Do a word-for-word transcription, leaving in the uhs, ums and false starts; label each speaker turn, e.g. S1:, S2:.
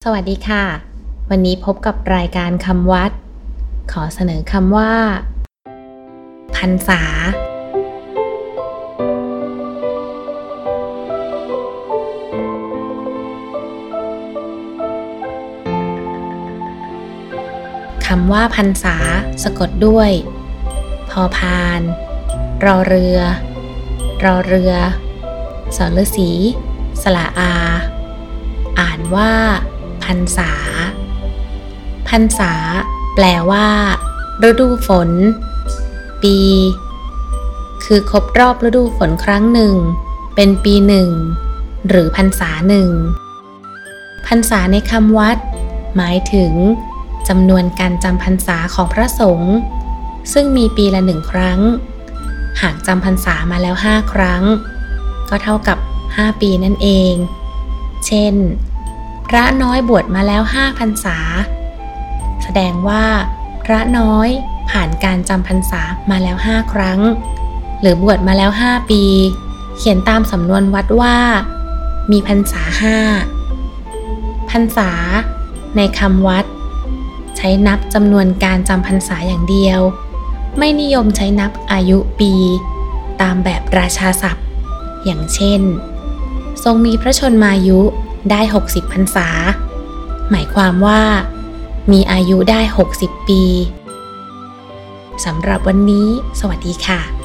S1: สวัสดีค่ะวันนี้พบกับรายการคำวัดขอเสนอคำว่าพรรษาคำว่าพรรษาสะกดด้วยพอพานรอเรือรอเรือสรฤษีสระอาอ่านว่าพรรษาพรรษาแปลว่าฤดูฝนปีคือครบรอบฤดูฝนครั้งหนึ่งเป็นปีหนึ่งหรือพรรษาหนึ่งพรรษาในคำวัดหมายถึงจำนวนการจำพรรษาของพระสงฆ์ซึ่งมีปีละหนึ่งครั้งหากจำพรรษามาแล้วห้าครั้งก็เท่ากับห้าปีนั่นเองเช่นพระน้อยบวชมาแล้วห้าพรรษาแสดงว่าพระน้อยผ่านการจำพรรษามาแล้วห้าครั้งหรือบวชมาแล้วห้าปีเขียนตามสำนวนวัดว่ามีพรรษาห้าพรรษาในคำวัดใช้นับจำนวนการจำพรรษาอย่างเดียวไม่นิยมใช้นับอายุปีตามแบบราชาศัพท์อย่างเช่นทรงมีพระชนมายุได้หกสิบพรรษาหมายความว่ามีอายุได้หกสิบปีสำหรับวันนี้สวัสดีค่ะ